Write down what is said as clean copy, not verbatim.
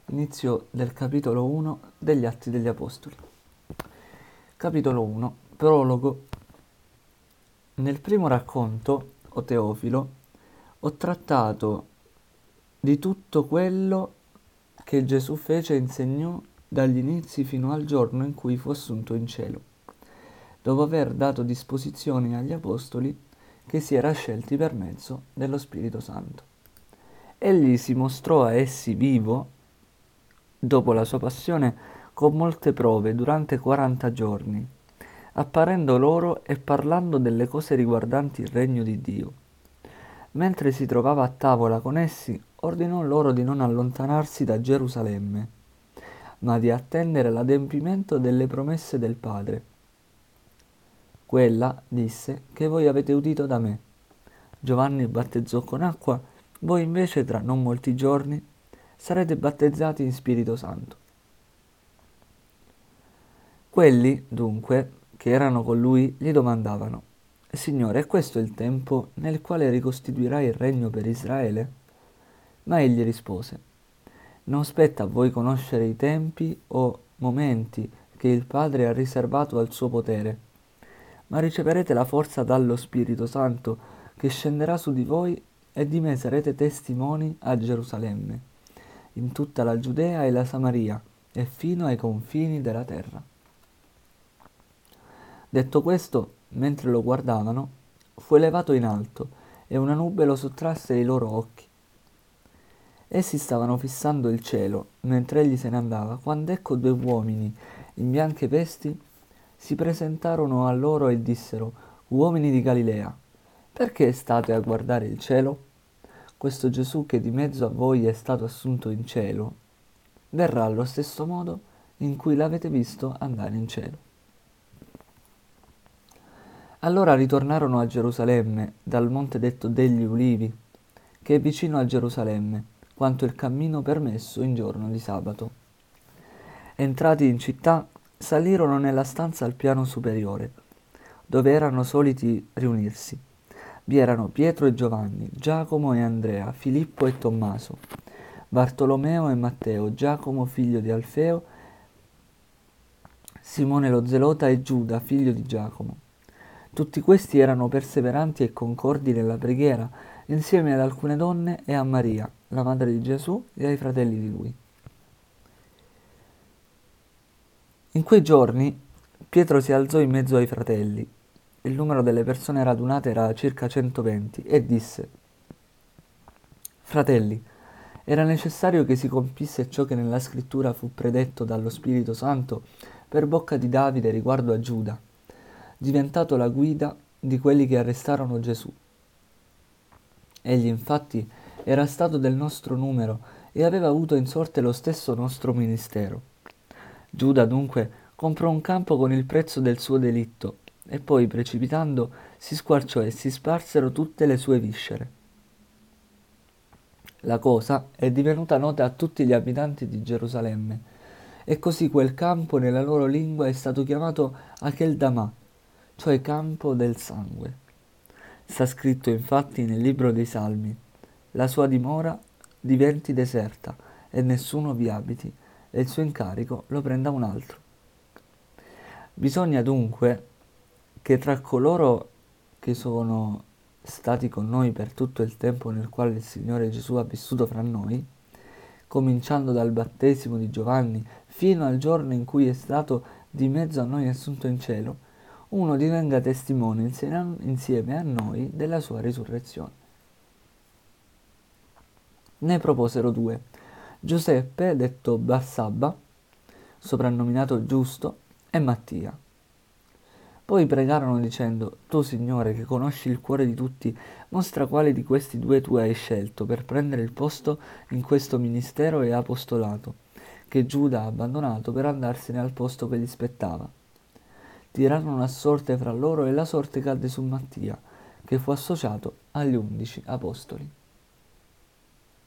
Inizio del capitolo 1 degli Atti degli Apostoli. Capitolo 1. Prologo. Nel primo racconto, o Teofilo, ho trattato di tutto quello che Gesù fece e insegnò dagli inizi fino al giorno in cui fu assunto in cielo, dopo aver dato disposizioni agli Apostoli che si era scelti per mezzo dello Spirito Santo. Egli si mostrò a essi vivo dopo la sua passione con molte prove durante 40 giorni, apparendo loro e parlando delle cose riguardanti il regno di Dio. Mentre si trovava a tavola con essi, ordinò loro di non allontanarsi da Gerusalemme, ma di attendere l'adempimento delle promesse del Padre. Quella, disse, che voi avete udito da me. Giovanni battezzò con acqua, voi invece tra non molti giorni sarete battezzati in Spirito Santo. Quelli, dunque, che erano con lui, gli domandavano: Signore, è questo il tempo nel quale ricostituirai il regno per Israele? Ma egli rispose: Non spetta a voi conoscere i tempi o momenti che il Padre ha riservato al suo potere, ma riceverete la forza dallo Spirito Santo che scenderà su di voi e di me sarete testimoni a Gerusalemme, in tutta la Giudea e la Samaria e fino ai confini della terra. Detto questo, mentre lo guardavano, fu elevato in alto e una nube lo sottrasse ai loro occhi. Essi stavano fissando il cielo mentre egli se ne andava, quando ecco due uomini in bianche vesti si presentarono a loro e dissero: Uomini di Galilea, perché state a guardare il cielo? Questo Gesù che di mezzo a voi è stato assunto in cielo, verrà allo stesso modo in cui l'avete visto andare in cielo. Allora ritornarono a Gerusalemme, dal monte detto degli Ulivi, che è vicino a Gerusalemme, quanto il cammino permesso in giorno di sabato. Entrati in città, salirono nella stanza al piano superiore, dove erano soliti riunirsi. Vi erano Pietro e Giovanni, Giacomo e Andrea, Filippo e Tommaso, Bartolomeo e Matteo, Giacomo figlio di Alfeo, Simone lo Zelota e Giuda figlio di Giacomo. Tutti questi erano perseveranti e concordi nella preghiera, insieme ad alcune donne e a Maria, la madre di Gesù, e ai fratelli di lui. In quei giorni Pietro si alzò in mezzo ai fratelli, il numero delle persone radunate era circa 120, e disse: Fratelli, era necessario che si compisse ciò che nella scrittura fu predetto dallo Spirito Santo per bocca di Davide riguardo a Giuda, diventato la guida di quelli che arrestarono Gesù. Egli infatti era stato del nostro numero e aveva avuto in sorte lo stesso nostro ministero. Giuda dunque comprò un campo con il prezzo del suo delitto e poi, precipitando, si squarciò e si sparsero tutte le sue viscere. La cosa è divenuta nota a tutti gli abitanti di Gerusalemme, e così quel campo nella loro lingua è stato chiamato Akeldama, cioè campo del sangue. Sta scritto infatti nel libro dei Salmi: La sua dimora diventi deserta e nessuno vi abiti, e il suo incarico lo prenda un altro. Bisogna dunque che tra coloro che sono stati con noi per tutto il tempo nel quale il Signore Gesù ha vissuto fra noi, cominciando dal battesimo di Giovanni fino al giorno in cui è stato di mezzo a noi assunto in cielo, uno divenga testimone insieme a noi della sua risurrezione. Ne proposero due: Giuseppe, detto Barsabba, soprannominato Giusto, e Mattia. Poi pregarono dicendo: Tu, Signore, che conosci il cuore di tutti, mostra quale di questi due tu hai scelto per prendere il posto in questo ministero e apostolato, che Giuda ha abbandonato per andarsene al posto che gli spettava. Tirarono a sorte fra loro e la sorte cadde su Mattia, che fu associato agli 11 apostoli.